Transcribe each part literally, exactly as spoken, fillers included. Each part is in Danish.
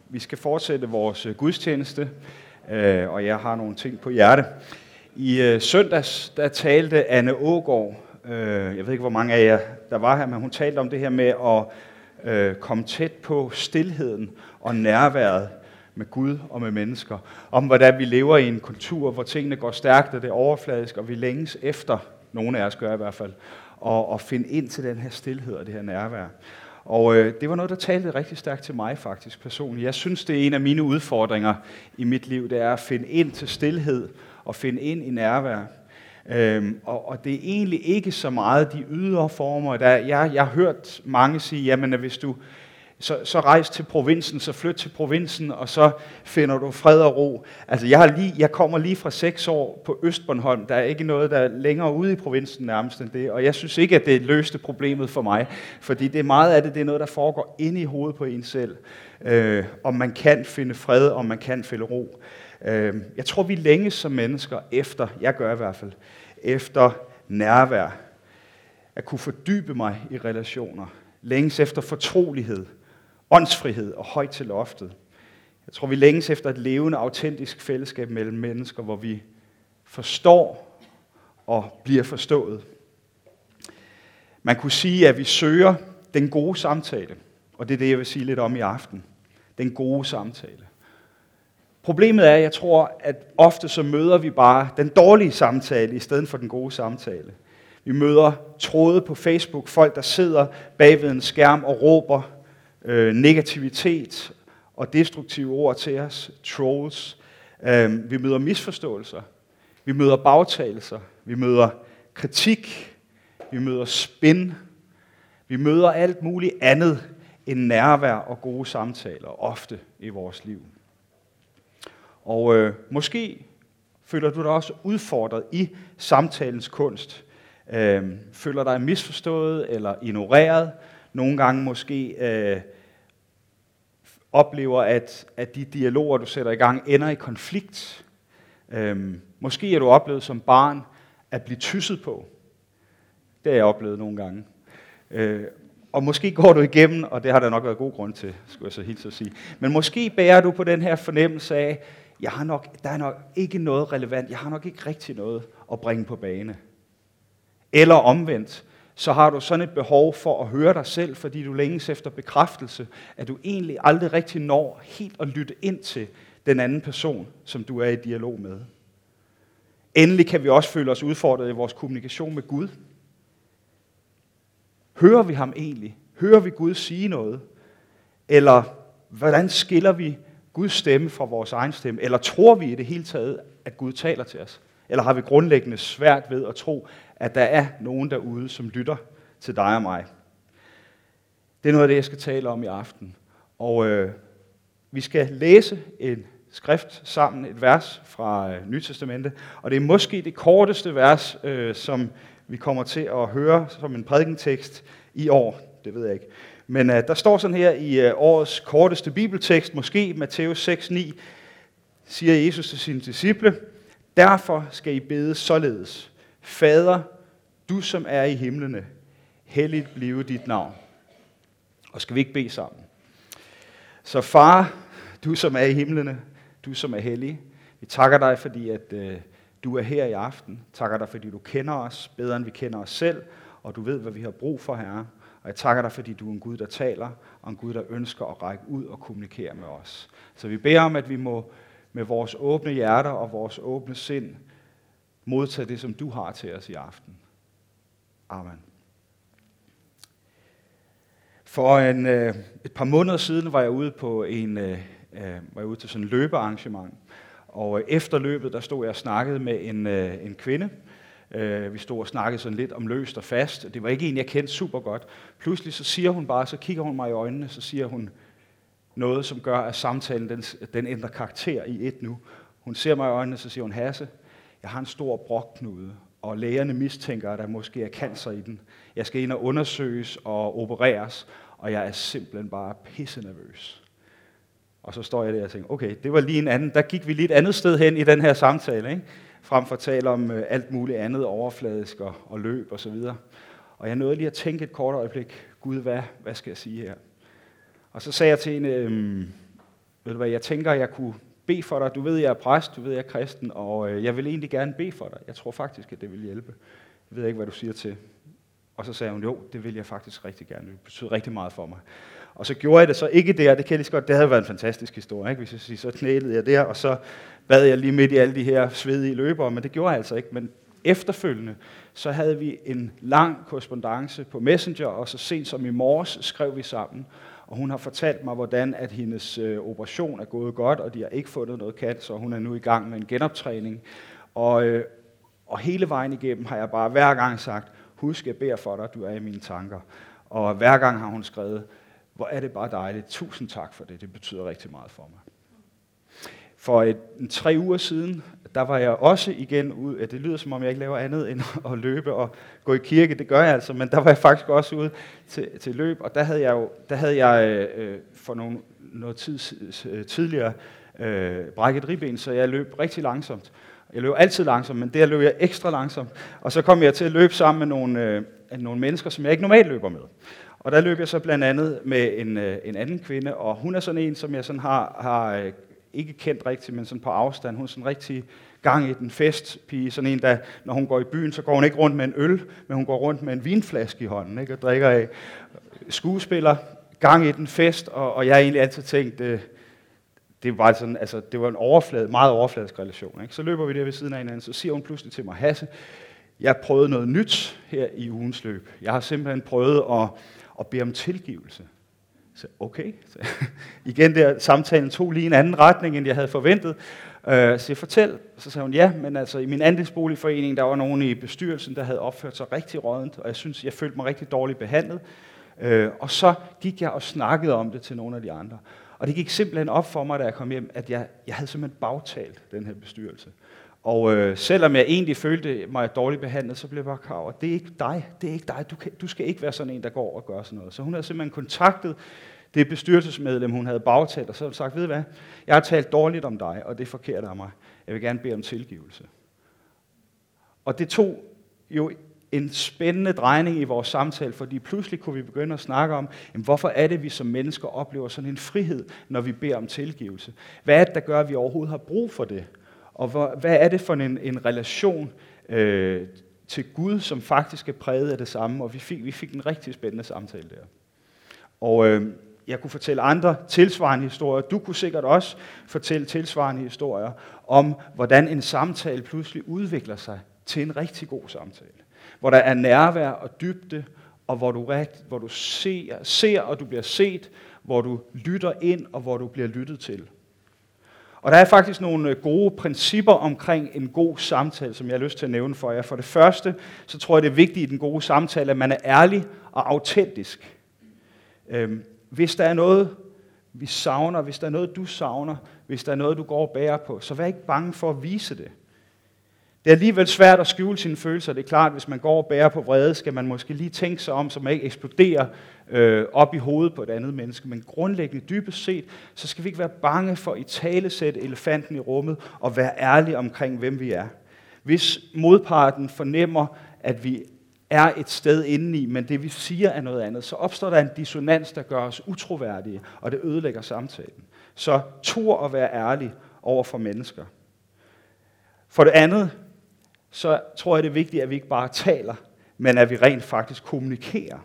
Vi skal fortsætte vores gudstjeneste, og jeg har nogle ting på hjerte. I søndags, der talte Anne Aagaard, jeg ved ikke, hvor mange af jer, der var her, men hun talte om det her med at komme tæt på stilheden og nærværet med Gud og med mennesker. Om hvordan vi lever i en kultur, hvor tingene går stærkt, og det er overfladisk, og vi længes efter, nogle af os gør i hvert fald, og, og finde ind til den her stilhed og det her nærvær. Og øh, det var noget, der talte rigtig stærkt til mig faktisk personligt. Jeg synes, det er en af mine udfordringer i mit liv, det er at finde ind til stilhed og finde ind i nærvær. Øhm, og, og det er egentlig ikke så meget de ydre former. Der, jeg, jeg har hørt mange sige, jamen hvis du så, så rejs til provinsen, så flyt til provinsen, og så finder du fred og ro. Altså jeg, har lige, jeg kommer lige fra seks år på Østbornholm. Der er ikke noget, der er længere ude i provinsen nærmest end det. Og jeg synes ikke, at det løste problemet for mig. Fordi det er meget af det, det er noget, der foregår inde i hovedet på en selv. Øh, om man kan finde fred, om man kan finde ro. Øh, jeg tror, vi længes som mennesker efter, jeg gør i hvert fald, efter nærvær. At kunne fordybe mig i relationer. Længes efter fortrolighed. Åndsfrihed og højt til loftet. Jeg tror, vi længes efter et levende, autentisk fællesskab mellem mennesker, hvor vi forstår og bliver forstået. Man kunne sige, at vi søger den gode samtale, og det er det, jeg vil sige lidt om i aften. Den gode samtale. Problemet er, jeg tror, at ofte så møder vi bare den dårlige samtale i stedet for den gode samtale. Vi møder tråde på Facebook, folk, der sidder bag ved en skærm og råber Øh, negativitet og destruktive ord til os, trolls. Øh, vi møder misforståelser, vi møder bagtagelser, vi møder kritik, vi møder spin, vi møder alt muligt andet end nærvær og gode samtaler, ofte i vores liv. Og øh, måske føler du dig også udfordret i samtalens kunst. Øh, føler dig misforstået eller ignoreret. Nogle gange måske øh, oplever, at, at de dialoger, du sætter i gang, ender i konflikt. Øhm, måske er du oplevet som barn at blive tysset på. Det har jeg oplevet nogle gange. Øh, og måske går du igennem, og det har der nok været god grund til, skulle jeg så hilse at sige. Men måske bærer du på den her fornemmelse af, jeg har nok, der er nok ikke noget relevant, jeg har nok ikke rigtig noget at bringe på bane. Eller omvendt, så har du sådan et behov for at høre dig selv, fordi du længes efter bekræftelse, at du egentlig aldrig rigtig når helt at lytte ind til den anden person, som du er i dialog med. Endelig kan vi også føle os udfordret i vores kommunikation med Gud. Hører vi ham egentlig? Hører vi Gud sige noget? Eller hvordan skiller vi Guds stemme fra vores egen stemme? Eller tror vi i det hele taget, at Gud taler til os? Eller har vi grundlæggende svært ved at tro, at der er nogen derude, som lytter til dig og mig? Det er noget af det, jeg skal tale om i aften. Og øh, vi skal læse en skrift sammen, et vers fra øh, Nye Testamente. Og det er måske det korteste vers, øh, som vi kommer til at høre som en prædikentekst i år. Det ved jeg ikke. Men øh, der står sådan her i øh, årets korteste bibeltekst, måske Matthæus seks ni, siger Jesus til sine disciple: Derfor skal I bede således: Fader, du som er i himlene, helligt blive dit navn. Og skal vi ikke bede sammen? Så far, du som er i himlene, du som er hellig, vi takker dig, fordi at øh, du er her i aften. Takker dig, fordi du kender os bedre, end vi kender os selv, og du ved, hvad vi har brug for, Herre. Og jeg takker dig, fordi du er en Gud, der taler, og en Gud, der ønsker at række ud og kommunikere med os. Så vi beder om, at vi må med vores åbne hjerter og vores åbne sind modtage det, som du har til os i aften. Amen. For en, øh, et par måneder siden var jeg ude på en, øh, var jeg ude til sådan en løbearrangement, og efter løbet, der stod jeg og snakkede med en, øh, en kvinde. Øh, vi stod og snakkede sådan lidt om løst og fast. Det var ikke en, jeg kendte super godt. Pludselig så siger hun bare, så kigger hun mig i øjnene, så siger hun noget, som gør, at samtalen den, den ændrer karakter i et nu. Hun ser mig i øjnene, så siger hun: Hasse, jeg har en stor brokknude, og lægerne mistænker, at der måske er cancer i den. Jeg skal ind og undersøges og opereres, og jeg er simpelthen bare pisse nervøs. Og så står jeg der og tænker, okay, det var lige en anden. Der gik vi lige et andet sted hen i den her samtale, ikke? Frem for at tale om øh, alt muligt andet, overfladisk og, og løb og så videre. Og jeg nåede lige at tænke et kort øjeblik, Gud, hvad, hvad skal jeg sige her? Og så sagde jeg til hende, øhm, ved du hvad, jeg tænker, jeg kunne bede for dig. Du ved, jeg er præst, du ved, jeg er kristen, og øh, jeg vil egentlig gerne bede for dig. Jeg tror faktisk, at det vil hjælpe. Jeg ved ikke, hvad du siger til. Og så sagde hun, jo, det vil jeg faktisk rigtig gerne. Det betyder rigtig meget for mig. Og så gjorde jeg det så ikke der, det kan jeg lige så godt, det havde været en fantastisk historie, ikke? Hvis jeg siger, så knælede jeg der, og så bad jeg lige midt i alle de her svedige løbere, men det gjorde jeg altså ikke. Men efterfølgende, så havde vi en lang korrespondance på Messenger, og så sent som i morges skrev vi sammen, og hun har fortalt mig, hvordan at hendes øh, operation er gået godt, og de har ikke fundet noget kat, så hun er nu i gang med en genoptræning. Og, øh, og hele vejen igennem har jeg bare hver gang sagt, husk, jeg beder for dig, du er i mine tanker. Og hver gang har hun skrevet, hvor er det bare dejligt, tusind tak for det, det betyder rigtig meget for mig. For et, en tre uger siden, der var jeg også igen ude, det lyder som om jeg ikke laver andet end at løbe og gå i kirke, det gør jeg altså, men der var jeg faktisk også ude til, til løb, og der havde jeg jo, der havde jeg øh, for nogle, noget tid tidligere øh, brækket ribben, så jeg løb rigtig langsomt. Jeg løb altid langsomt, men der løb jeg ekstra langsomt, og så kom jeg til at løbe sammen med nogle, øh, nogle mennesker, som jeg ikke normalt løber med. Og der løb jeg så blandt andet med en, øh, en anden kvinde, og hun er sådan en, som jeg sådan har, har øh, ikke kendt rigtigt, men sådan på afstand. Hun er sådan rigtig gang i den festpige, sådan en, der, når hun går i byen, så går hun ikke rundt med en øl, men hun går rundt med en vinflaske i hånden, ikke, og drikker af. Skuespiller, gang i den fest, og, og jeg har egentlig altid tænkt, øh, det var sådan, altså det var en overflade, meget overfladisk relation, ikke? Så løber vi der ved siden af hinanden, så siger hun pludselig til mig, Hasse, jeg har prøvet noget nyt her i ugens løb. Jeg har simpelthen prøvet at, at bede om tilgivelse. Så okay. Så, igen der, samtalen tog lige en anden retning, end jeg havde forventet. Øh, så jeg fortæl, så sagde hun, ja, men altså i min andelsboligforening, der var nogen i bestyrelsen, der havde opført sig rigtig rådent, og jeg synes, jeg følte mig rigtig dårligt behandlet. Øh, og så gik jeg og snakkede om det til nogle af de andre. Og det gik simpelthen op for mig, da jeg kom hjem, at jeg, jeg havde simpelthen bagtalt den her bestyrelse. Og øh, selvom jeg egentlig følte mig dårligt behandlet, så blev jeg bare klar over, det er ikke dig, det er ikke dig, du, kan, du skal ikke være sådan en, der går og gør sådan noget. Så hun havde simpelthen kontaktet det bestyrelsesmedlem, hun havde bagtalt, og så havde sagt, ved du hvad, jeg har talt dårligt om dig, og det er forkert af mig. Jeg vil gerne bede om tilgivelse. Og det tog jo en spændende drejning i vores samtale, fordi pludselig kunne vi begynde at snakke om, jamen, hvorfor er det, vi som mennesker oplever sådan en frihed, når vi beder om tilgivelse? Hvad er det, der gør, at vi overhovedet har brug for det? Og hvor, hvad er det for en, en relation øh, til Gud, som faktisk er præget af det samme? Og vi fik, vi fik en rigtig spændende samtale der. Og øh, jeg kunne fortælle andre tilsvarende historier. Du kunne sikkert også fortælle tilsvarende historier om, hvordan en samtale pludselig udvikler sig til en rigtig god samtale. Hvor der er nærvær og dybde, og hvor du, rigt, hvor du ser, ser, og du bliver set, hvor du lytter ind, og hvor du bliver lyttet til. Og der er faktisk nogle gode principper omkring en god samtale, som jeg har lyst til at nævne for jer. For det første, så tror jeg, det er vigtigt i den gode samtale, at man er ærlig og autentisk. Øhm, hvis der er noget, vi savner, hvis der er noget, du savner, hvis der er noget, du går og bærer på, så vær ikke bange for at vise det. Det er alligevel svært at skjule sine følelser. Det er klart, at hvis man går og bærer på vrede, skal man måske lige tænke sig om, så man ikke eksploderer øh, op i hovedet på et andet menneske. Men grundlæggende, dybest set, så skal vi ikke være bange for at italesætte elefanten i rummet og være ærlige omkring, hvem vi er. Hvis modparten fornemmer, at vi er et sted indeni, men det vi siger er noget andet, så opstår der en dissonans, der gør os utroværdige, og det ødelægger samtalen. Så tur at være ærlig over for mennesker. For det andet, så tror jeg, det er vigtigt, at vi ikke bare taler, men at vi rent faktisk kommunikerer.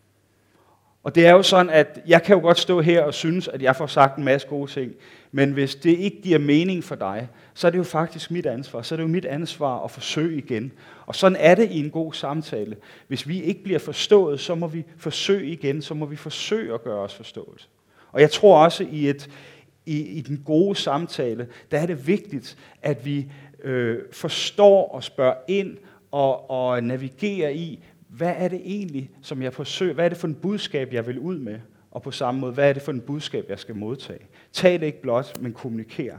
Og det er jo sådan, at jeg kan jo godt stå her og synes, at jeg får sagt en masse gode ting, men hvis det ikke giver mening for dig, så er det jo faktisk mit ansvar. Så er det jo mit ansvar at forsøge igen. Og sådan er det i en god samtale. Hvis vi ikke bliver forstået, så må vi forsøge igen, så må vi forsøge at gøre os forstået. Og jeg tror også, i, et, i, i den gode samtale, der er det vigtigt, at vi øh, forstår og spørger ind og, og navigerer i, hvad er det egentlig, som jeg forsøger, hvad er det for en budskab, jeg vil ud med? Og på samme måde, hvad er det for en budskab, jeg skal modtage? Tal ikke blot, men kommuniker.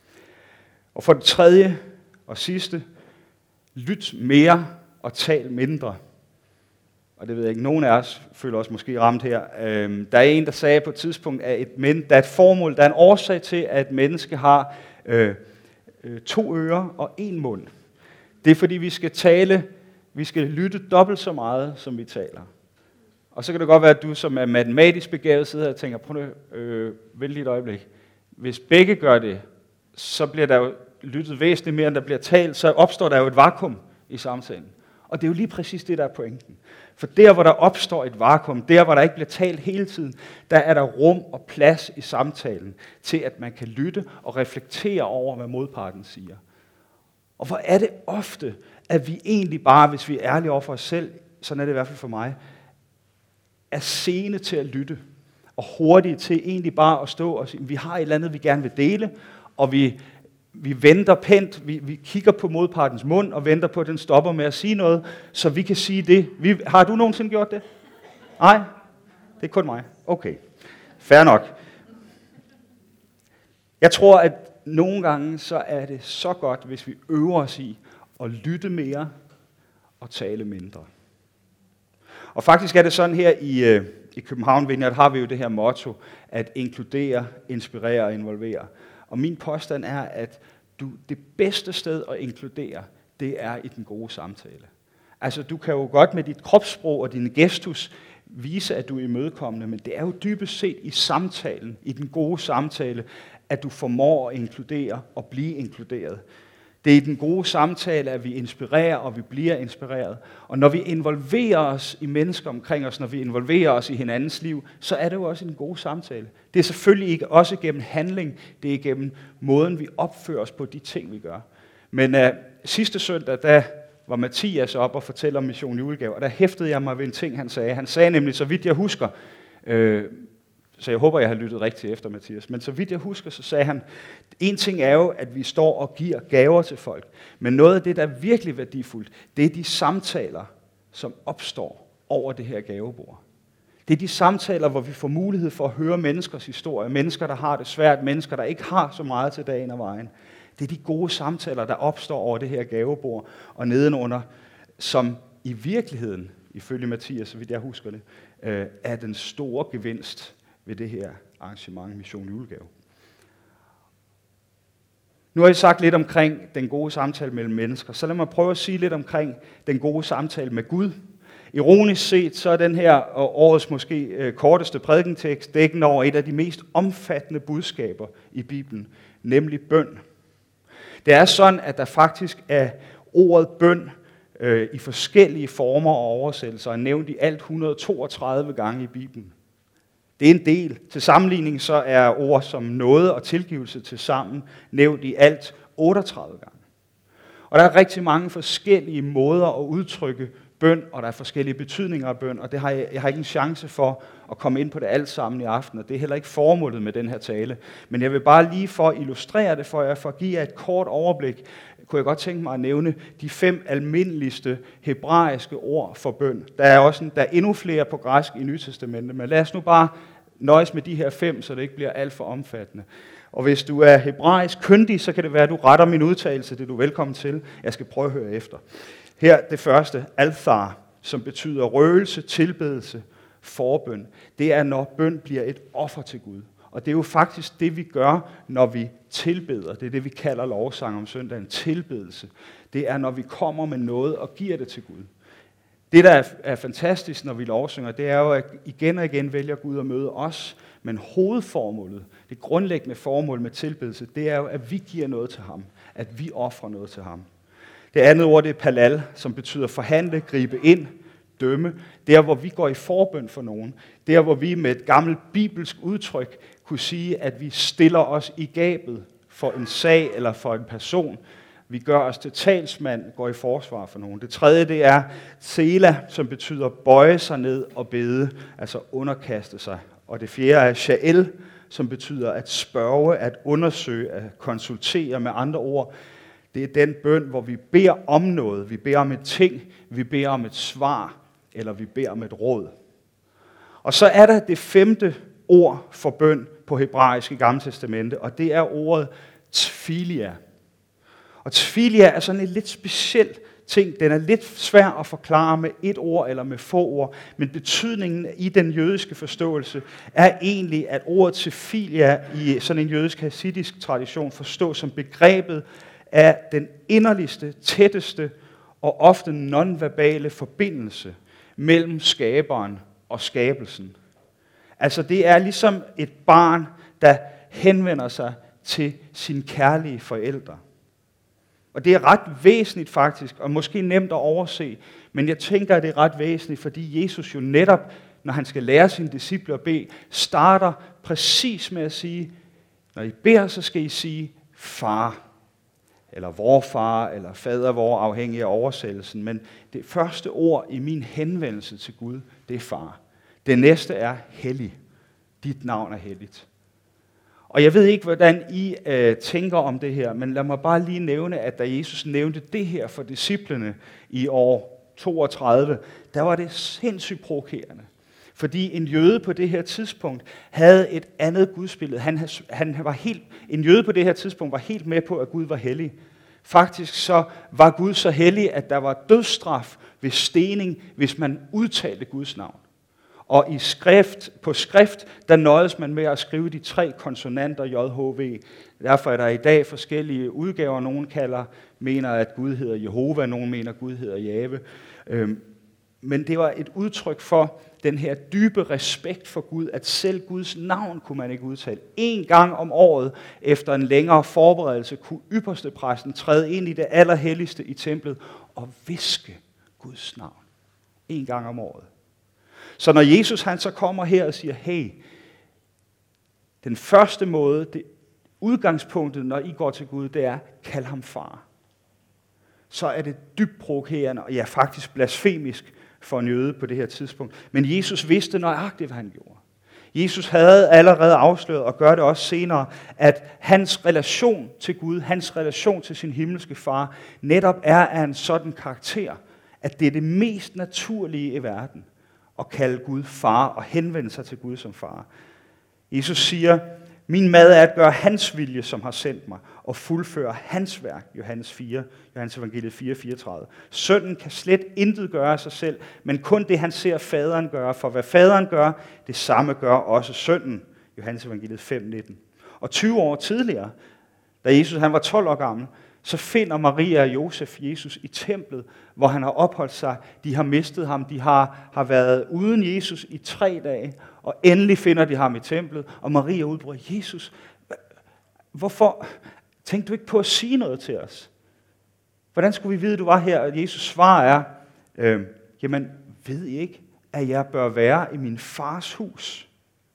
Og for det tredje og sidste, lyt mere og tal mindre. Og det ved jeg ikke, nogen af os føler os måske ramt her. Øhm, der er en, der sagde på et tidspunkt, at et men, der er et formål, der er en årsag til, at et menneske har øh, øh, to ører og en mund. Det er fordi, vi skal tale, vi skal lytte dobbelt så meget, som vi taler. Og så kan det godt være, at du som er matematisk begavet sidder og tænker, prøv nu, øh, vent lige et øjeblik. Hvis begge gør det, så bliver der jo lyttet væsentligt mere, end der bliver talt, så opstår der jo et vakuum i samtalen. Og det er jo lige præcis det, der er pointen. For der, hvor der opstår et vakuum, der, hvor der ikke bliver talt hele tiden, der er der rum og plads i samtalen til, at man kan lytte og reflektere over, hvad modparten siger. Og hvor er det ofte, at vi egentlig bare, hvis vi er ærlige over for os selv, sådan er det i hvert fald for mig, er sene til at lytte, og hurtige til egentlig bare at stå og sige, vi har et eller andet, vi gerne vil dele, og vi, vi venter pænt, vi, vi kigger på modpartens mund, og venter på, at den stopper med at sige noget, så vi kan sige det. Vi, har du nogensinde gjort det? Nej? Det er kun mig. Okay. Fair nok. Jeg tror, at nogle gange, så er det så godt, hvis vi øver os i at lytte mere og tale mindre. Og faktisk er det sådan her i, øh, i København Vineyard, har vi jo det her motto, at inkludere, inspirere og involvere. Og min påstand er, at du, det bedste sted at inkludere, det er i den gode samtale. Altså du kan jo godt med dit kropssprog og din gestus vise, at du er imødekommende, men det er jo dybest set i samtalen, i den gode samtale, at du formår at inkludere og blive inkluderet. Det er i den gode samtale, at vi inspirerer, og vi bliver inspireret. Og når vi involverer os i mennesker omkring os, når vi involverer os i hinandens liv, så er det jo også en god samtale. Det er selvfølgelig ikke også gennem handling, det er gennem måden, vi opfører os på de ting, vi gør. Men uh, sidste søndag, der var Mathias op og fortæller om Mission Julegave, og der hæftede jeg mig ved en ting, han sagde. Han sagde nemlig, så vidt jeg husker, øh, så jeg håber, jeg har lyttet rigtigt efter, Mathias. Men så vidt jeg husker, så sagde han, en ting er jo, at vi står og giver gaver til folk. Men noget af det, der er virkelig værdifuldt, det er de samtaler, som opstår over det her gavebord. Det er de samtaler, hvor vi får mulighed for at høre menneskers historie. Mennesker, der har det svært. Mennesker, der ikke har så meget til dagen og vejen. Det er de gode samtaler, der opstår over det her gavebord og nedenunder, som i virkeligheden, ifølge Mathias, så vidt jeg husker det, er den store gevinst ved det her arrangement Mission Julegave. Nu har jeg sagt lidt omkring den gode samtale mellem mennesker, så lad mig prøve at sige lidt omkring den gode samtale med Gud. Ironisk set, så er den her årets måske korteste prædikentekst dækkende over et af de mest omfattende budskaber i Bibelen, nemlig bøn. Det er sådan, at der faktisk er ordet bøn øh, i forskellige former og oversættelser, er nævnt i alt et hundrede og toogtredive gange i Bibelen. Det er en del. Til sammenligning så er ord som nåde og tilgivelse til sammen nævnt i alt otteogtredive gange. Og der er rigtig mange forskellige måder at udtrykke bøn, og der er forskellige betydninger af bøn, og det har jeg, jeg har ikke en chance for at komme ind på det alt sammen i aften, og det er heller ikke formålet med den her tale. Men jeg vil bare lige for at illustrere det for jer, for at give jer et kort overblik, kunne jeg godt tænke mig at nævne de fem almindeligste hebraiske ord for bøn. Der er også en, der er endnu flere på græsk i Nye Testamentet, men lad os nu bare nøjes med de her fem, så det ikke bliver alt for omfattende. Og hvis du er hebraisk kyndig, så kan det være, at du retter min udtalelse, det er du velkommen til. Jeg skal prøve at høre efter. Her det første, althar, som betyder røgelse, tilbedelse, forbøn. Det er, når bøn bliver et offer til Gud. Og det er jo faktisk det, vi gør, når vi tilbeder. Det er det, vi kalder lovsang om søndagen, tilbedelse. Det er, når vi kommer med noget og giver det til Gud. Det, der er, er fantastisk, når vi lovsynger, det er jo, at igen og igen vælger Gud at møde os. Men hovedformålet, det grundlæggende formål med tilbedelse, det er jo, at vi giver noget til ham. At vi ofrer noget til ham. Det andet ord, det er palal, som betyder forhandle, gribe ind, dømme. Der, hvor vi går i forbøn for nogen. Der, hvor vi med et gammelt bibelsk udtryk kunne sige, at vi stiller os i gabet for en sag eller for en person. Vi gør os til talsmand, går i forsvar for nogen. Det tredje, det er sela, som betyder bøje sig ned og bede, altså underkaste sig. Og det fjerde er shael, som betyder at spørge, at undersøge, at konsultere, med andre ord. Det er den bøn, hvor vi beder om noget. Vi beder om et ting, vi beder om et svar, eller vi beder om et råd. Og så er der det femte ord for bøn på hebraisk i Gamle Testamente, og det er ordet tfilia. Og tfilia er sådan en lidt speciel ting. Den er lidt svær at forklare med et ord eller med få ord, men betydningen i den jødiske forståelse er egentlig, at ordet tfilia i sådan en jødisk hasidisk tradition forstås som begrebet af den inderligste, tætteste og ofte nonverbale forbindelse mellem skaberen og skabelsen. Altså det er ligesom et barn, der henvender sig til sine kærlige forældre. Og det er ret væsentligt faktisk, og måske nemt at overse, men jeg tænker, at det er ret væsentligt, fordi Jesus jo netop, når han skal lære sine disciple at bede, starter præcis med at sige, når I beder, så skal I sige, far, eller vor far, eller fader vor, afhængig af oversættelsen. Men det første ord i min henvendelse til Gud, det er far. Det næste er hellig. Dit navn er helligt. Og jeg ved ikke, hvordan I øh, tænker om det her, men lad mig bare lige nævne, at da Jesus nævnte det her for disciplene i år toogtredive, der var det sindssygt provokerende. Fordi en jøde på det her tidspunkt havde et andet gudsbillede. Han, han var helt, en jøde på det her tidspunkt var helt med på, at Gud var hellig. Faktisk så var Gud så hellig, at der var dødsstraf ved stening, hvis man udtalte Guds navn. Og i skrift, på skrift, der nøjes man med at skrive de tre konsonanter J H V. Derfor er der i dag forskellige udgaver. Nogen kalder, mener, at Gud hedder Jehova, nogen mener, at Gud hedder Jave. Men det var et udtryk for den her dybe respekt for Gud, at selv Guds navn kunne man ikke udtale. En gang om året, efter en længere forberedelse, kunne ypperstepræsten træde ind i det allerhelligste i templet og viske Guds navn. En gang om året. Så når Jesus han så kommer her og siger, hey, den første måde, det udgangspunktet, når I går til Gud, det er, kald ham far. Så er det dybt provokerende, og ja, faktisk blasfemisk for en jøde på det her tidspunkt. Men Jesus vidste nøjagtigt, hvad han gjorde. Jesus havde allerede afsløret, og gør det også senere, at hans relation til Gud, hans relation til sin himmelske far, netop er af en sådan karakter, at det er det mest naturlige i verden, at kalde Gud far og henvende sig til Gud som far. Jesus siger, min mad er at gøre hans vilje, som har sendt mig, og fuldføre hans værk, Johannes fire, Johannes evangeliet fire fireogtredive. Sønnen kan slet intet gøre af sig selv, men kun det, han ser faderen gøre. For hvad faderen gør, det samme gør også sønnen, Johannes evangeliet fem nitten. Og tyve år tidligere, da Jesus han var tolv år gammel, så finder Maria og Josef Jesus i templet, hvor han har opholdt sig. De har mistet ham. De har, har været uden Jesus i tre dage, og endelig finder de ham i templet. Og Maria udbryder, Jesus, hvorfor tænkte du ikke på at sige noget til os? Hvordan skulle vi vide, at du var her? Og Jesus svar er, øh, jamen, ved I ikke, at jeg bør være i min fars hus?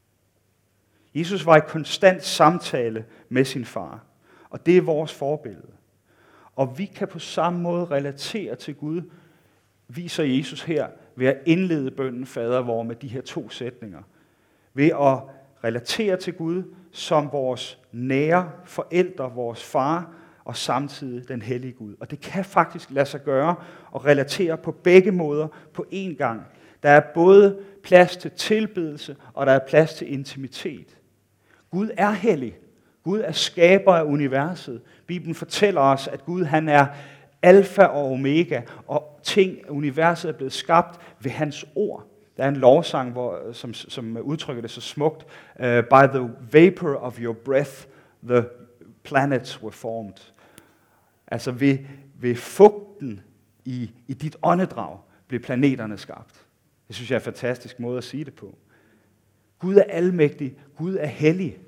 Jesus var i konstant samtale med sin far, og det er vores forbillede. Og vi kan på samme måde relatere til Gud, viser Jesus her, ved at indlede bønnen Fader vor med de her to sætninger. Ved at relatere til Gud som vores nære forældre, vores far, og samtidig den hellige Gud. Og det kan faktisk lade sig gøre at relatere på begge måder på én gang. Der er både plads til tilbedelse, og der er plads til intimitet. Gud er hellig. Gud er skaber af universet. Bibelen fortæller os, at Gud han er alfa og omega, og ting, universet er blevet skabt ved hans ord. Der er en lovsang, hvor, som, som udtrykker det så smukt. Uh, By the vapor of your breath, the planets were formed. Altså ved, ved fugten i, i dit åndedrag blev planeterne skabt. Det synes jeg er en fantastisk måde at sige det på. Gud er almægtig, Gud er hellig.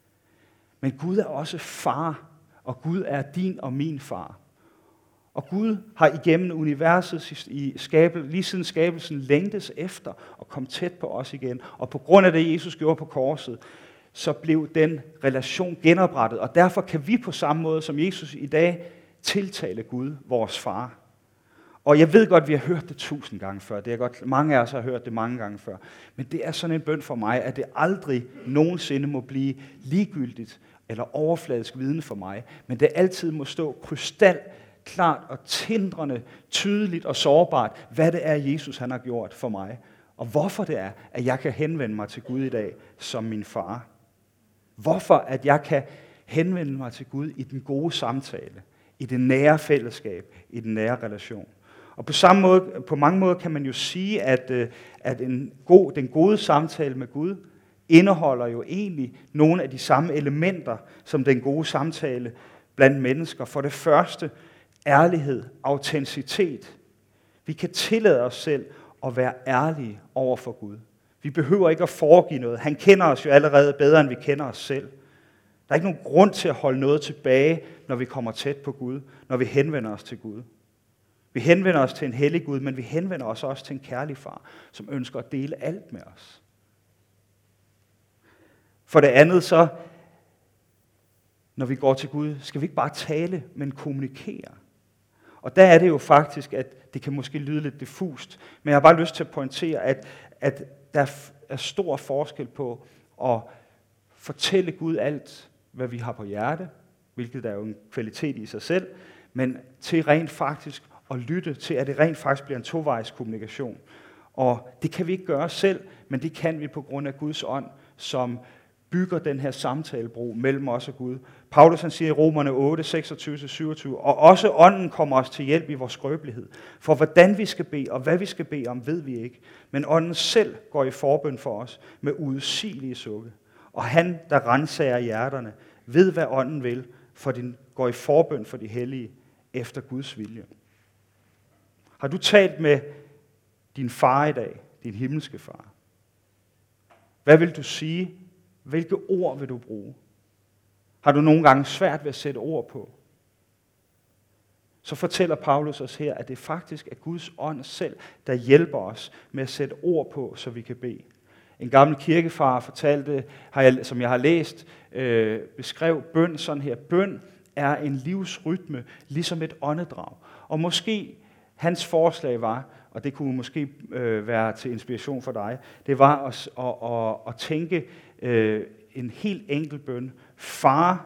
Men Gud er også far, og Gud er din og min far. Og Gud har igennem universet i skabel, lige siden skabelsen længtes efter at komme tæt på os igen. Og på grund af det, Jesus gjorde på korset, så blev den relation genoprettet. Og derfor kan vi på samme måde som Jesus i dag tiltale Gud, vores far. Og jeg ved godt, at vi har hørt det tusind gange før. Det er godt, mange af os har hørt det mange gange før. Men det er sådan en bøn for mig, at det aldrig nogensinde må blive ligegyldigt eller overfladisk viden for mig. Men det altid må stå krystalklart og tindrende, tydeligt og sårbart, hvad det er, Jesus han har gjort for mig. Og hvorfor det er, at jeg kan henvende mig til Gud i dag som min far. Hvorfor at jeg kan henvende mig til Gud i den gode samtale, i det nære fællesskab, i den nære relation. Og på samme måde, på mange måder kan man jo sige, at, at en god, den gode samtale med Gud indeholder jo egentlig nogle af de samme elementer, som den gode samtale blandt mennesker. For det første, ærlighed, autenticitet. Vi kan tillade os selv at være ærlige over for Gud. Vi behøver ikke at foregive noget. Han kender os jo allerede bedre, end vi kender os selv. Der er ikke nogen grund til at holde noget tilbage, når vi kommer tæt på Gud, når vi henvender os til Gud. Vi henvender os til en hellig Gud, men vi henvender os også til en kærlig far, som ønsker at dele alt med os. For det andet så, når vi går til Gud, skal vi ikke bare tale, men kommunikere. Og der er det jo faktisk, at det kan måske lyde lidt diffust, men jeg har bare lyst til at pointere, at, at der er stor forskel på at fortælle Gud alt, hvad vi har på hjerte, hvilket der er jo en kvalitet i sig selv, men til rent faktisk at lytte til, at det rent faktisk bliver en tovejs kommunikation. Og det kan vi ikke gøre selv, men det kan vi på grund af Guds ånd, som bygger den her samtalebro mellem os og Gud. Paulus han siger i Romerne otte, seksogtyve til syvogtyve, og også ånden kommer os til hjælp i vores skrøbelighed. For hvordan vi skal bede, og hvad vi skal bede om, ved vi ikke. Men ånden selv går i forbøn for os med udsigelige sukke. Og han, der renser hjerterne, ved hvad ånden vil, for den går i forbøn for de hellige efter Guds vilje. Har du talt med din far i dag, din himmelske far? Hvad vil du sige? Hvilke ord vil du bruge? Har du nogle gange svært ved at sætte ord på? Så fortæller Paulus os her, at det faktisk er Guds ånd selv, der hjælper os med at sætte ord på, så vi kan bede. En gammel kirkefar fortalte, som jeg har læst, øh, beskrev bøn sådan her. Bøn er en livsrytme, ligesom et åndedrag. Og måske hans forslag var, og det kunne måske øh, være til inspiration for dig, det var at, at, at, at tænke øh, en helt enkel bøn. Far,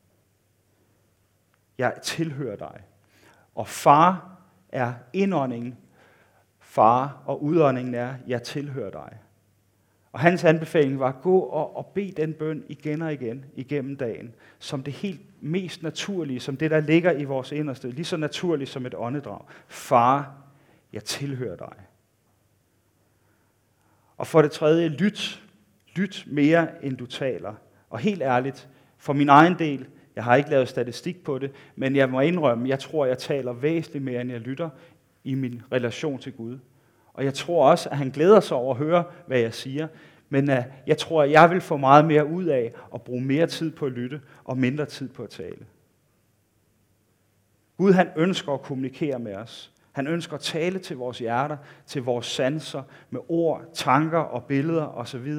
jeg tilhører dig. Og far er indåndingen, far, og udåndingen er, jeg tilhører dig. Og hans anbefaling var, gå og, og bed den bøn igen og igen igennem dagen, som det helt mest naturlige, som det, der ligger i vores inderste, lige så naturligt som et åndedrag. Far, jeg tilhører dig. Og for det tredje, lyt. Lyt mere, end du taler. Og helt ærligt, for min egen del, jeg har ikke lavet statistik på det, men jeg må indrømme, jeg tror, jeg taler væsentligt mere, end jeg lytter i min relation til Gud. Og jeg tror også, at han glæder sig over at høre, hvad jeg siger. Men uh, jeg tror, at jeg vil få meget mere ud af at bruge mere tid på at lytte og mindre tid på at tale. Gud han ønsker at kommunikere med os. Han ønsker at tale til vores hjerter, til vores sanser, med ord, tanker og billeder osv.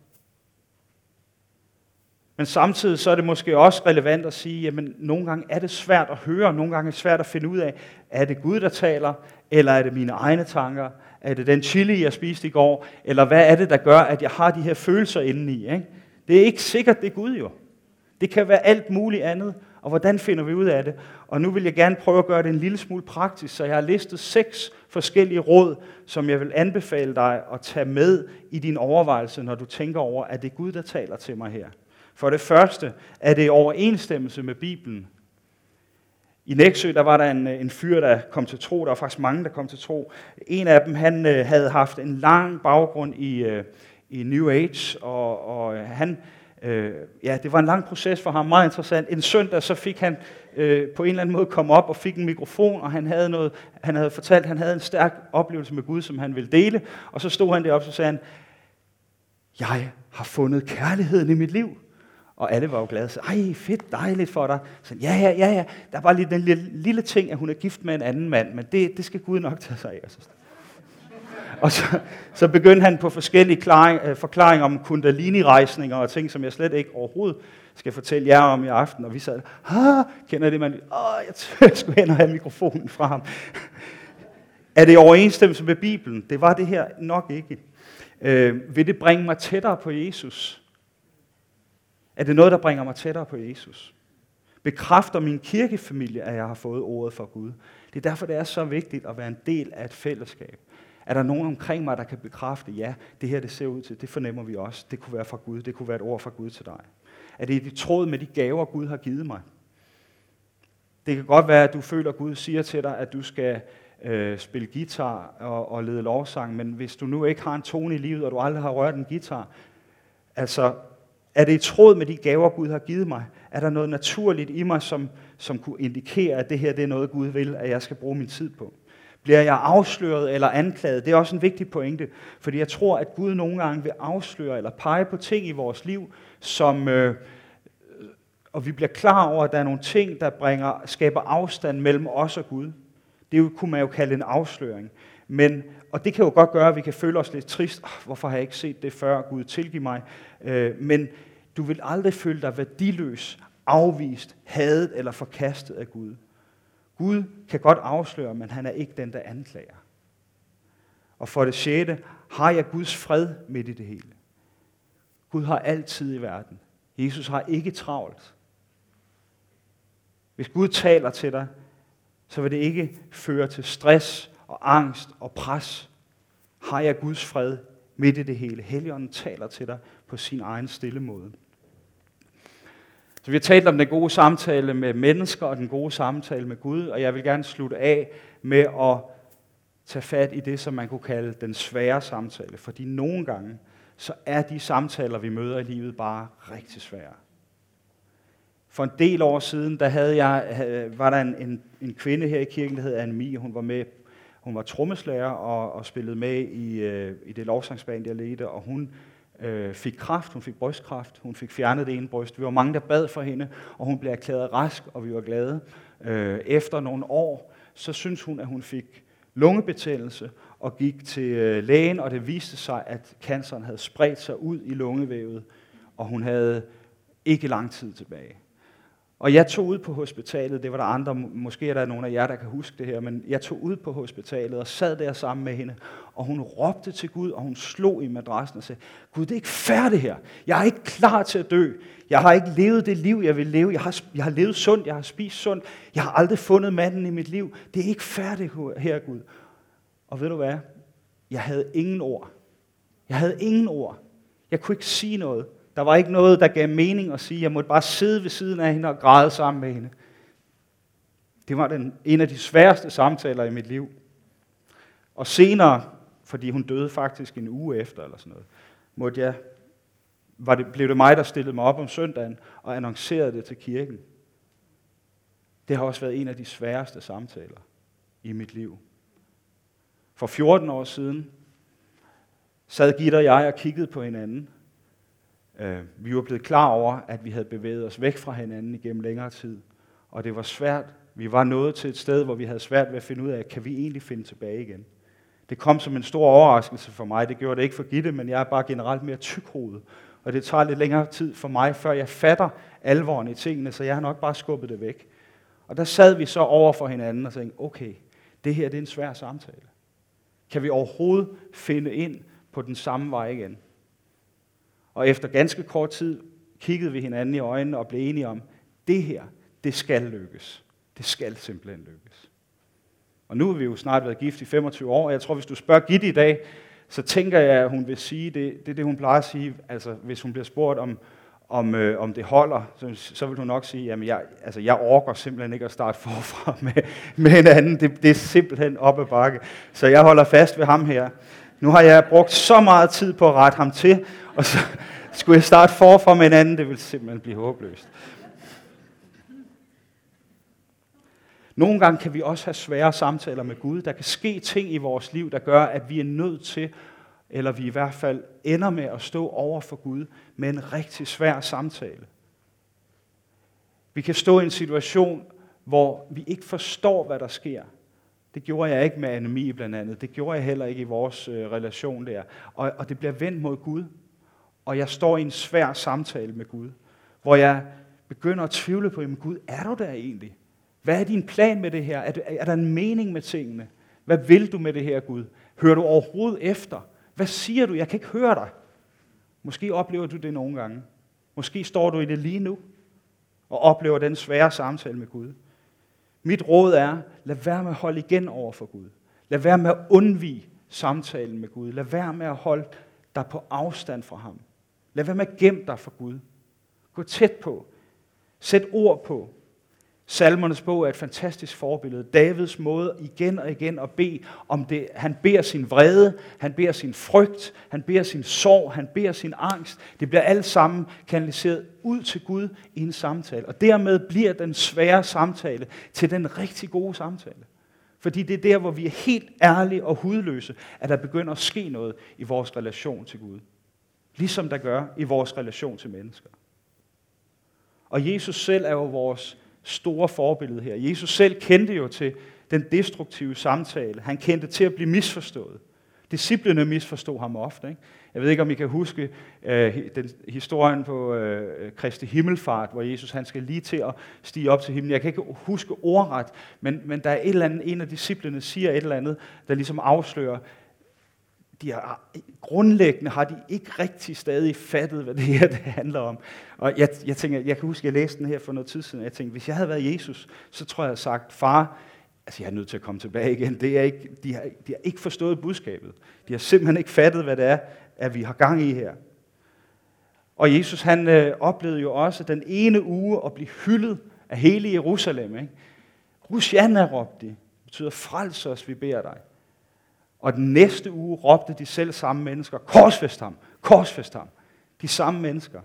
Men samtidig så er det måske også relevant at sige, jamen nogle gange er det svært at høre, nogle gange er det svært at finde ud af, er det Gud, der taler, eller er det mine egne tanker? Er det den chili, jeg spiste i går? Eller hvad er det, der gør, at jeg har de her følelser indeni? Ikke? Det er ikke sikkert, det er Gud jo. Det kan være alt muligt andet. Og hvordan finder vi ud af det? Og nu vil jeg gerne prøve at gøre det en lille smule praktisk, så jeg har listet seks forskellige råd, som jeg vil anbefale dig at tage med i din overvejelse, når du tænker over, at det er Gud, der taler til mig her. For det første, er det i overensstemmelse med Bibelen. I Nexø, der var der en, en fyr, der kom til tro. Der var faktisk mange, der kom til tro. En af dem, han øh, havde haft en lang baggrund i, øh, i New Age, og, og han, øh, ja, det var en lang proces for ham, meget interessant. En søndag, så fik han øh, på en eller anden måde komme op og fik en mikrofon, og han havde noget, han havde fortalt, han havde en stærk oplevelse med Gud, som han ville dele. Og så stod han deroppe, og så sagde han, jeg har fundet kærligheden i mit liv. Og alle var jo glade. Så, ej, fedt, dejligt for dig. Så, ja, ja, ja, ja. Der er bare lige den lille, lille ting, at hun er gift med en anden mand, men det, det skal Gud nok tage sig af. Og så, så begyndte han på forskellige klaring, forklaringer om kundalini-rejsninger og ting, som jeg slet ikke overhovedet skal fortælle jer om i aften. Og vi sad, ah, kender det man? Åh, jeg skulle hen og have mikrofonen fra ham. Er det overensstemmelse med Bibelen? Det var det her nok ikke. Øh, vil det bringe mig tættere på Jesus? Er det noget, der bringer mig tættere på Jesus? Bekræfter min kirkefamilie, at jeg har fået ordet fra Gud? Det er derfor, det er så vigtigt at være en del af et fællesskab. Er der nogen omkring mig, der kan bekræfte, ja, det her det ser ud til, det fornemmer vi også. Det kunne være fra Gud, det kunne være et ord fra Gud til dig. Er det i tråd med de gaver, Gud har givet mig? Det kan godt være, at du føler, at Gud siger til dig, at du skal øh, spille guitar og, og lede lovsang, men hvis du nu ikke har en tone i livet, og du aldrig har rørt en guitar, altså, er det i tråd med de gaver, Gud har givet mig? Er der noget naturligt i mig, som, som kunne indikere, at det her det er noget, Gud vil, at jeg skal bruge min tid på? Bliver jeg afsløret eller anklaget? Det er også en vigtig pointe, fordi jeg tror, at Gud nogle gange vil afsløre eller pege på ting i vores liv, som, øh, og vi bliver klar over, at der er nogle ting, der bringer, skaber afstand mellem os og Gud. Det jo, kunne man jo kalde en afsløring. Men, og det kan jo godt gøre, at vi kan føle os lidt trist. Oh, hvorfor har jeg ikke set det før? Gud, tilgiv mig. Øh, men du vil aldrig føle dig værdiløs, afvist, hadet eller forkastet af Gud. Gud kan godt afsløre, men han er ikke den, der anklager. Og for det sjette, har jeg Guds fred midt i det hele. Gud har altid i verden. Jesus har ikke travlt. Hvis Gud taler til dig, så vil det ikke føre til stress og angst og pres. Har jeg Guds fred midt i det hele. Helligånden taler til dig på sin egen stille måde. Så vi har talt om den gode samtale med mennesker og den gode samtale med Gud, og jeg vil gerne slutte af med at tage fat i det, som man kunne kalde den svære samtale. Fordi nogle gange, så er de samtaler, vi møder i livet, bare rigtig svære. For en del år siden, der havde jeg, var der en, en, en kvinde her i kirken, der hed Anne-Mie. Hun var med, hun var trommeslager og, og spillede med i, øh, i det lovsangsband, jeg ledte, og hun øh, fik kræft, hun fik brystkræft, hun fik fjernet det ene bryst. Vi var mange, der bad for hende, og hun blev erklæret rask, og vi var glade. Øh, efter nogle år, så syntes hun, at hun fik lungebetændelse, og gik til øh, lægen, og det viste sig, at canceren havde spredt sig ud i lungevævet, og hun havde ikke lang tid tilbage. Og jeg tog ud på hospitalet, det var der andre, måske er der nogle af jer, der kan huske det her, men jeg tog ud på hospitalet og sad der sammen med hende, og hun råbte til Gud, og hun slog i madrassen og sagde, Gud, det er ikke færdigt her. Jeg er ikke klar til at dø. Jeg har ikke levet det liv, jeg vil leve. Jeg har, jeg har levet sundt, jeg har spist sundt. Jeg har aldrig fundet manden i mit liv. Det er ikke færdigt her, Gud. Og ved du hvad? Jeg havde ingen ord. Jeg havde ingen ord. Jeg kunne ikke sige noget. Der var ikke noget, der gav mening at sige. Jeg måtte bare sidde ved siden af hende og græde sammen med hende. Det var den, en af de sværeste samtaler i mit liv. Og senere, fordi hun døde faktisk en uge efter eller sådan noget, måtte jeg, var det, blev det mig, der stillede mig op om søndagen og annoncerede det til kirken. Det har også været en af de sværeste samtaler i mit liv. For fjorten år siden sad Gitte og jeg og kiggede på hinanden. Vi var blevet klar over, at vi havde bevæget os væk fra hinanden igennem længere tid. Og det var svært. Vi var nået til et sted, hvor vi havde svært ved at finde ud af, kan vi egentlig finde tilbage igen? Det kom som en stor overraskelse for mig. Det gjorde det ikke for Gitte, men jeg er bare generelt mere tykhovedet. Og det tager lidt længere tid for mig, før jeg fatter alvoren i tingene, så jeg har nok bare skubbet det væk. Og der sad vi så over for hinanden og tænkte, okay, det her det er en svær samtale. Kan vi overhovedet finde ind på den samme vej igen? Og efter ganske kort tid kiggede vi hinanden i øjnene og blev enige om, det her, det skal lykkes. Det skal simpelthen lykkes. Og nu har vi jo snart været gift i femogtyve år, og jeg tror, hvis du spørger Gitte i dag, så tænker jeg, at hun vil sige, det, det er det, hun plejer at sige, altså hvis hun bliver spurgt om, om, øh, om det holder, så, så vil hun nok sige, jamen jeg, altså, jeg orker simpelthen ikke at starte forfra med, med en anden, det, det er simpelthen op ad bakke. Så jeg holder fast ved ham her. Nu har jeg brugt så meget tid på at rette ham til, og så skulle jeg starte forfra med en anden, det vil simpelthen blive håbløst. Nogle gange kan vi også have svære samtaler med Gud. Der kan ske ting i vores liv, der gør, at vi er nødt til, eller vi i hvert fald ender med at stå over for Gud med en rigtig svær samtale. Vi kan stå i en situation, hvor vi ikke forstår, hvad der sker. Det gjorde jeg ikke med Anne-Mie blandt andet. Det gjorde jeg heller ikke i vores øh, relation der. Og, og det bliver vendt mod Gud. Og jeg står i en svær samtale med Gud, hvor jeg begynder at tvivle på, jamen Gud, er du der egentlig? Hvad er din plan med det her? Er, det, er der en mening med tingene? Hvad vil du med det her, Gud? Hører du overhovedet efter? Hvad siger du? Jeg kan ikke høre dig. Måske oplever du det nogle gange. Måske står du i det lige nu, og oplever den svære samtale med Gud. Mit råd er, lad være med at holde igen over for Gud. Lad være med at undvige samtalen med Gud. Lad være med at holde dig på afstand fra ham. Lad være med at gemme dig for Gud. Gå tæt på. Sæt ord på. Salmernes bog er et fantastisk forbillede. Davids måde igen og igen at bede om det. Han beder sin vrede, han beder sin frygt, han beder sin sorg, han beder sin angst. Det bliver alt sammen kanaliseret ud til Gud i en samtale. Og dermed bliver den svære samtale til den rigtig gode samtale. Fordi det er der, hvor vi er helt ærlige og hudløse, at der begynder at ske noget i vores relation til Gud. Ligesom der gør i vores relation til mennesker. Og Jesus selv er jo vores store forbillede her. Jesus selv kendte jo til den destruktive samtale. Han kendte til at blive misforstået. Disciplene misforstod ham ofte. Ikke? Jeg ved ikke, om I kan huske øh, den historien på øh, Kristi himmelfart, hvor Jesus han skal lige til at stige op til himlen. Jeg kan ikke huske ordret, men, men der er et eller andet, en af disciplene siger et eller andet, der ligesom afslører, de har, grundlæggende har de ikke rigtig stadig fattet, hvad det her det handler om. Og jeg, jeg tænker, jeg kan huske, jeg læste den her for noget tid siden, og jeg tænkte, hvis jeg havde været Jesus, så tror jeg, jeg havde sagt, far, altså jeg er nødt til at komme tilbage igen. Det er ikke, de, har, de har ikke forstået budskabet. De har simpelthen ikke fattet, hvad det er, at vi har gang i her. Og Jesus han øh, oplevede jo også den ene uge at blive hyldet af hele Jerusalem. Ikke? Hosianna råbte de. Det betyder, frels os, vi beder dig. Og den næste uge råbte de selv samme mennesker, korsfæst ham, korsfæst ham. De samme mennesker.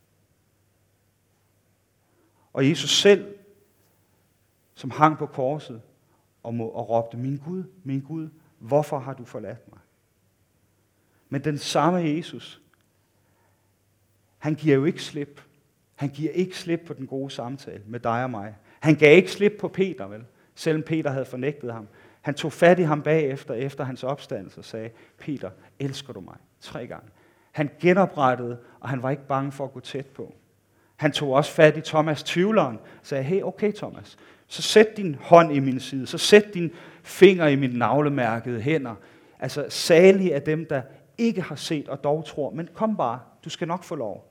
Og Jesus selv, som hang på korset, og, må, og råbte, min Gud, min Gud, hvorfor har du forladt mig? Men den samme Jesus, han giver jo ikke slip. Han giver ikke slip på den gode samtale med dig og mig. Han gav ikke slip på Peter, vel? Selvom Peter havde fornægtet ham. Han tog fat i ham bagefter, efter hans opstandelse, og sagde, Peter, elsker du mig? Tre gange. Han genoprettede, og han var ikke bange for at gå tæt på. Han tog også fat i Thomas tvivleren, og sagde, hey, okay Thomas, så sæt din hånd i min side, så sæt din finger i mine navlemærkede hænder. Altså, salige er dem, der ikke har set og dog tror, men kom bare, du skal nok få lov.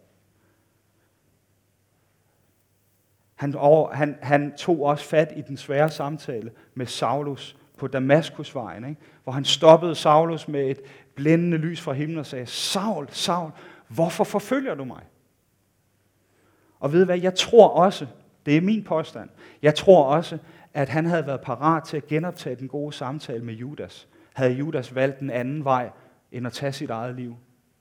Han, over, han, han tog også fat i den svære samtale med Saulus på Damaskusvejen, ikke? Hvor han stoppede Saulus med et blændende lys fra himlen og sagde, Saul, Saul, hvorfor forfølger du mig? Og ved hvad, jeg tror også, det er min påstand, jeg tror også, at han havde været parat til at genoptage den gode samtale med Judas. Havde Judas valgt en anden vej, end at tage sit eget liv.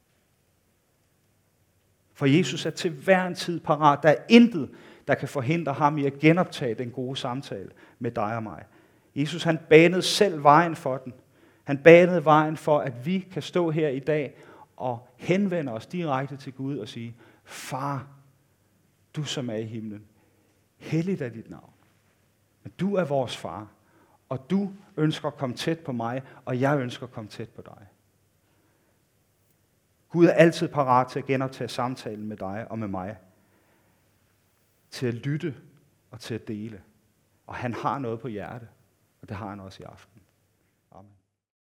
For Jesus er til hver en tid parat. Der er intet, der kan forhindre ham i at genoptage den gode samtale med dig og mig. Jesus han banede selv vejen for den. Han banede vejen for, at vi kan stå her i dag og henvende os direkte til Gud og sige, far, du som er i himlen, helligt er dit navn. Men du er vores far, og du ønsker at komme tæt på mig, og jeg ønsker at komme tæt på dig. Gud er altid parat til at genoptage samtalen med dig og med mig. Til at lytte og til at dele. Og han har noget på hjerte, og det har han også i aften.